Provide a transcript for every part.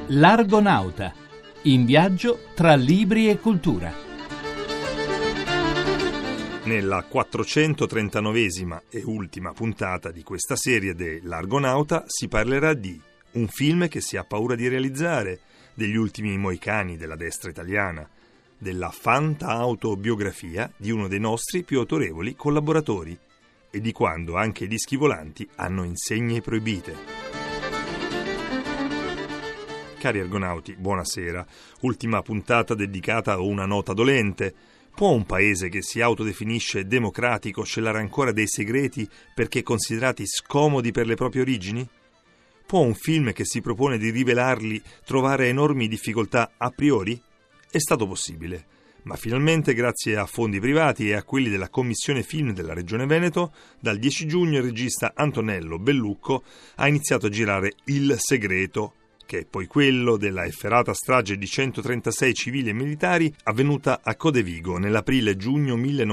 L'Argonauta, in viaggio tra libri e cultura. Nella 439esima e ultima puntata di questa serie dell'Argonauta si parlerà di un film che si ha paura di realizzare, degli ultimi moicani della destra italiana, della fanta-autobiografia di uno dei nostri più autorevoli collaboratori e di quando anche i dischi volanti hanno insegne proibite. Cari argonauti, buonasera. Ultima puntata dedicata a una nota dolente. Può un paese che si autodefinisce democratico celare ancora dei segreti perché considerati scomodi per le proprie origini? Può un film che si propone di rivelarli trovare enormi difficoltà a priori? È stato possibile, ma finalmente grazie a fondi privati e a quelli della Commissione Film della Regione Veneto, dal 10 giugno il regista Antonello Bellucco ha iniziato a girare Il segreto, che è poi quello della efferata strage di 136 civili e militari avvenuta a Codevigo nell'aprile-giugno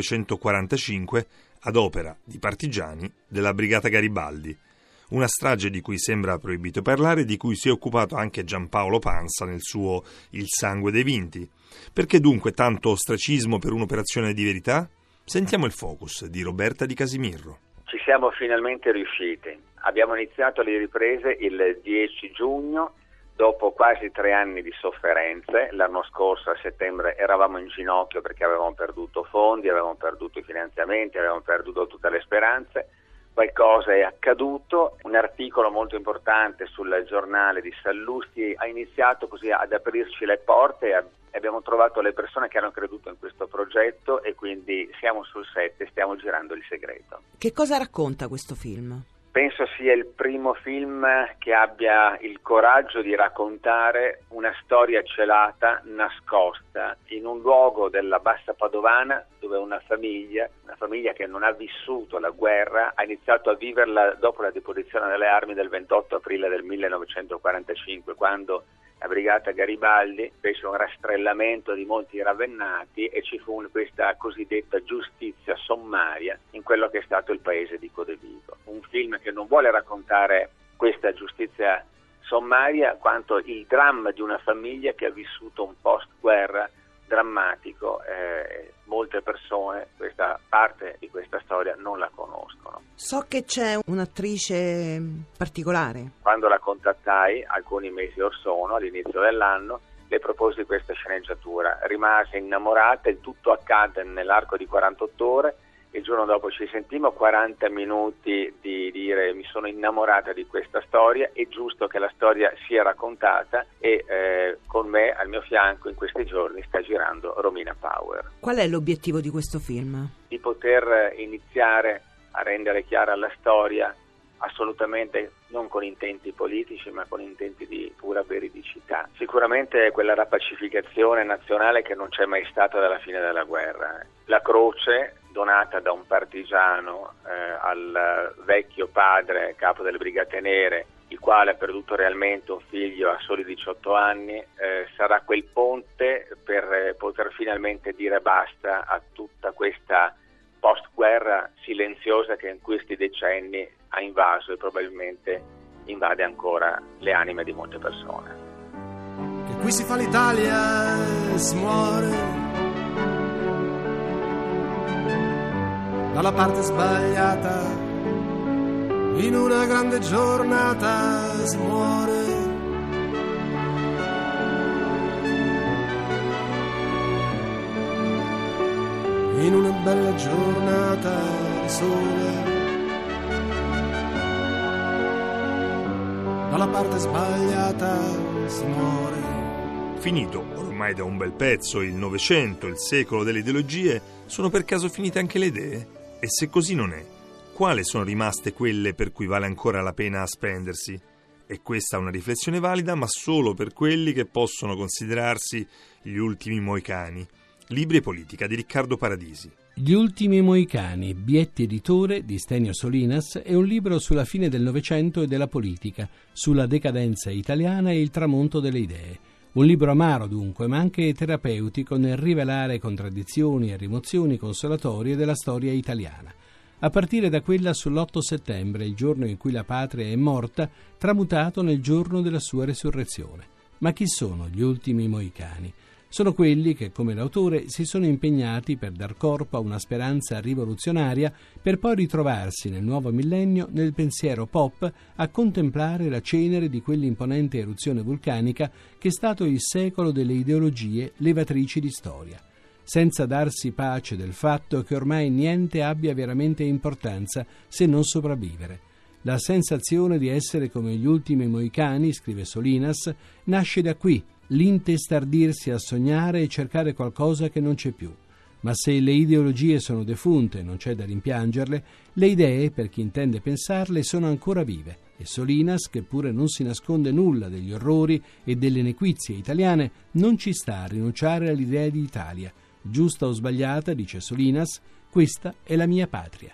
1945 ad opera di partigiani della Brigata Garibaldi. Una strage di cui sembra proibito parlare, di cui si è occupato anche Giampaolo Pansa nel suo Il sangue dei vinti. Perché dunque tanto ostracismo per un'operazione di verità? Sentiamo il focus di Roberta Di Casimirro. Ci siamo finalmente riusciti. Abbiamo iniziato le riprese il 10 giugno, dopo quasi 3 anni di sofferenze. L'anno scorso a settembre eravamo in ginocchio perché avevamo perduto fondi, avevamo perduto i finanziamenti, avevamo perduto tutte le speranze. Qualcosa è accaduto, un articolo molto importante sul giornale di Sallusti ha iniziato così ad aprirci le porte e abbiamo trovato le persone che hanno creduto in questo progetto e quindi siamo sul set e stiamo girando Il segreto. Che cosa racconta questo film? Penso sia il primo film che abbia il coraggio di raccontare una storia celata, nascosta, in un luogo della Bassa Padovana dove una famiglia che non ha vissuto la guerra, ha iniziato a viverla dopo la deposizione delle armi del 28 aprile del 1945, quando la Brigata Garibaldi fece un rastrellamento di molti ravennati e ci fu questa cosiddetta giustizia sommaria in quello che è stato il paese di Codevigo. Un film che non vuole raccontare questa giustizia sommaria quanto il dramma di una famiglia che ha vissuto un post-guerra drammatico. Molte persone questa parte di questa storia non la conoscono. So che c'è un'attrice particolare. Quando la contattai alcuni mesi or sono, all'inizio dell'anno, le proposi questa sceneggiatura. Rimase innamorata, il tutto accadde nell'arco di 48 ore. Il giorno dopo ci sentimmo, 40 minuti di dire mi sono innamorata di questa storia, è giusto che la storia sia raccontata e con me al mio fianco in questi giorni sta girando Romina Power. Qual è l'obiettivo di questo film? Di poter iniziare a rendere chiara la storia assolutamente non con intenti politici ma con intenti di pura veridicità. Sicuramente quella rapacificazione nazionale che non c'è mai stata dalla fine della guerra. La croce donata da un partigiano al vecchio padre capo delle Brigate Nere, il quale ha perduto realmente un figlio a soli 18 anni, sarà quel ponte per poter finalmente dire basta a tutta questa post-guerra silenziosa che in questi decenni ha invaso e probabilmente invade ancora le anime di molte persone. Che qui si fa l'Italia e si muore dalla parte sbagliata, in una grande giornata si muore. In una bella giornata di sole, dalla parte sbagliata si muore. Finito ormai da un bel pezzo il Novecento, il secolo delle ideologie, sono per caso finite anche le idee? E se così non è, quali sono rimaste quelle per cui vale ancora la pena spendersi? E questa è una riflessione valida, ma solo per quelli che possono considerarsi gli ultimi moicani. Libri e politica di Riccardo Paradisi. Gli ultimi moicani, Bietti editore di Stenio Solinas, è un libro sulla fine del Novecento e della politica, sulla decadenza italiana e il tramonto delle idee. Un libro amaro dunque, ma anche terapeutico nel rivelare contraddizioni e rimozioni consolatorie della storia italiana. a partire da quella sull'8 settembre, il giorno in cui la patria è morta, tramutato nel giorno della sua resurrezione. Ma chi sono gli ultimi mohicani? Sono quelli che, come l'autore, si sono impegnati per dar corpo a una speranza rivoluzionaria per poi ritrovarsi nel nuovo millennio nel pensiero pop a contemplare la cenere di quell'imponente eruzione vulcanica che è stato il secolo delle ideologie levatrici di storia, senza darsi pace del fatto che ormai niente abbia veramente importanza se non sopravvivere. La sensazione di essere come gli ultimi mohicani, scrive Solinas, nasce da qui, l'intestardirsi a sognare e cercare qualcosa che non c'è più. Ma se le ideologie sono defunte e non c'è da rimpiangerle, le idee, per chi intende pensarle, sono ancora vive. E Solinas, che pure non si nasconde nulla degli orrori e delle nequizie italiane, non ci sta a rinunciare all'idea di Italia. Giusta o sbagliata, dice Solinas, questa è la mia patria.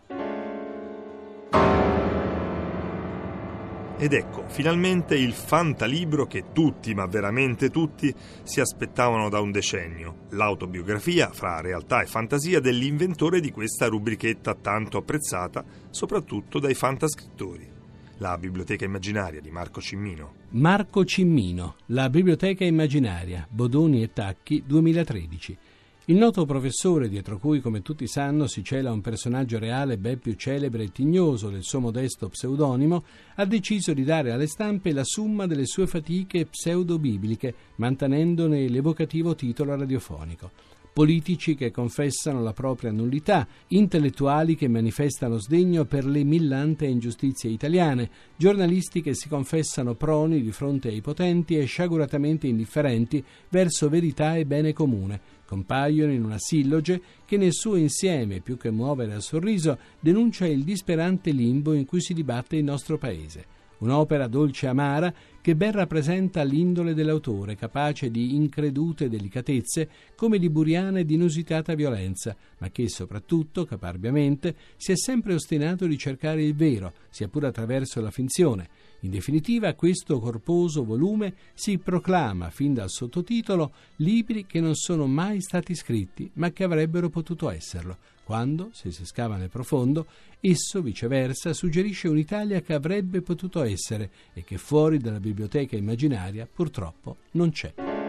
Ed ecco, finalmente il fantalibro che tutti, ma veramente tutti, si aspettavano da un decennio. L'autobiografia, fra realtà e fantasia, dell'inventore di questa rubrichetta tanto apprezzata, soprattutto dai fantascrittori. La Biblioteca Immaginaria di Marco Cimmino. Marco Cimmino, La Biblioteca Immaginaria, Bodoni e Tacchi, 2013. Il noto professore, dietro cui, come tutti sanno, si cela un personaggio reale ben più celebre e tignoso del suo modesto pseudonimo, ha deciso di dare alle stampe la summa delle sue fatiche pseudobibliche, mantenendone l'evocativo titolo radiofonico. Politici che confessano la propria nullità, intellettuali che manifestano sdegno per le millante ingiustizie italiane, giornalisti che si confessano proni di fronte ai potenti e sciaguratamente indifferenti verso verità e bene comune, compaiono in una silloge che nel suo insieme, più che muovere al sorriso, denuncia il disperante limbo in cui si dibatte il nostro paese. Un'opera dolce e amara che ben rappresenta l'indole dell'autore, capace di incredute delicatezze come di buriana ed inusitata violenza, ma che soprattutto, caparbiamente, si è sempre ostinato di cercare il vero, sia pure attraverso la finzione. In definitiva, questo corposo volume si proclama, fin dal sottotitolo, libri che non sono mai stati scritti, ma che avrebbero potuto esserlo, quando, se si scava nel profondo, esso, viceversa, suggerisce un'Italia che avrebbe potuto essere e che fuori dalla biblioteca immaginaria, purtroppo, non c'è.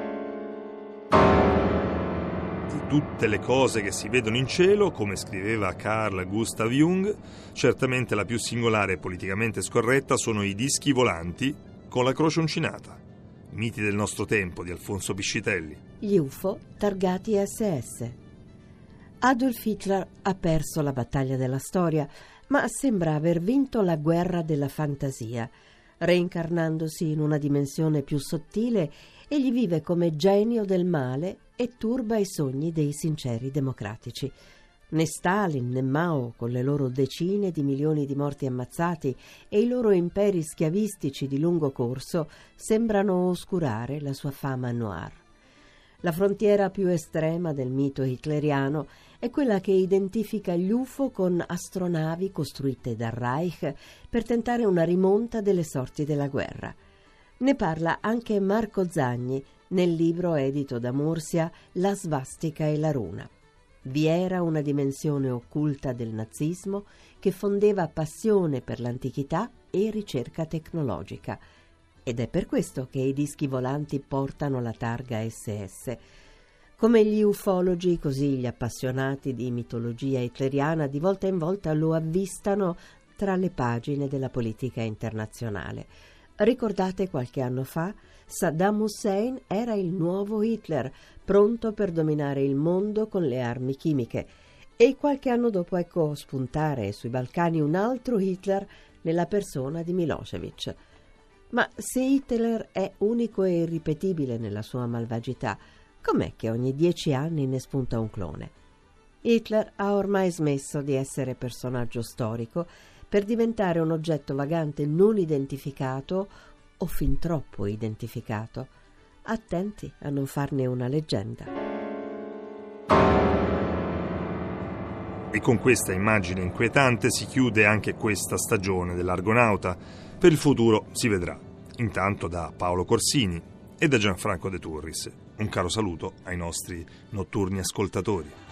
Di tutte le cose che si vedono in cielo, come scriveva Carl Gustav Jung, certamente la più singolare e politicamente scorretta sono i dischi volanti con la croce uncinata. Miti del nostro tempo di Alfonso Piscitelli. Gli UFO targati SS. Adolf Hitler ha perso la battaglia della storia, ma sembra aver vinto la guerra della fantasia. Reincarnandosi in una dimensione più sottile, egli vive come genio del male e turba i sogni dei sinceri democratici. Né Stalin né Mao, con le loro decine di milioni di morti ammazzati e i loro imperi schiavistici di lungo corso, sembrano oscurare la sua fama noir. La frontiera più estrema del mito hitleriano è quella che identifica gli UFO con astronavi costruite dal Reich per tentare una rimonta delle sorti della guerra. Ne parla anche Marco Zagni nel libro edito da Mursia La svastica e la runa. Vi era una dimensione occulta del nazismo che fondeva passione per l'antichità e ricerca tecnologica. Ed è per questo che i dischi volanti portano la targa SS. Come gli ufologi, così gli appassionati di mitologia hitleriana di volta in volta lo avvistano tra le pagine della politica internazionale. Ricordate qualche anno fa? Saddam Hussein era il nuovo Hitler, pronto per dominare il mondo con le armi chimiche. E qualche anno dopo ecco spuntare sui Balcani un altro Hitler nella persona di Milosevic. Ma se Hitler è unico e irripetibile nella sua malvagità, com'è che ogni 10 anni ne spunta un clone? Hitler ha ormai smesso di essere personaggio storico per diventare un oggetto vagante non identificato o fin troppo identificato. Attenti a non farne una leggenda. E con questa immagine inquietante si chiude anche questa stagione dell'Argonauta. Per il futuro si vedrà. Intanto da Paolo Corsini e da Gianfranco De Turris. Un caro saluto ai nostri notturni ascoltatori.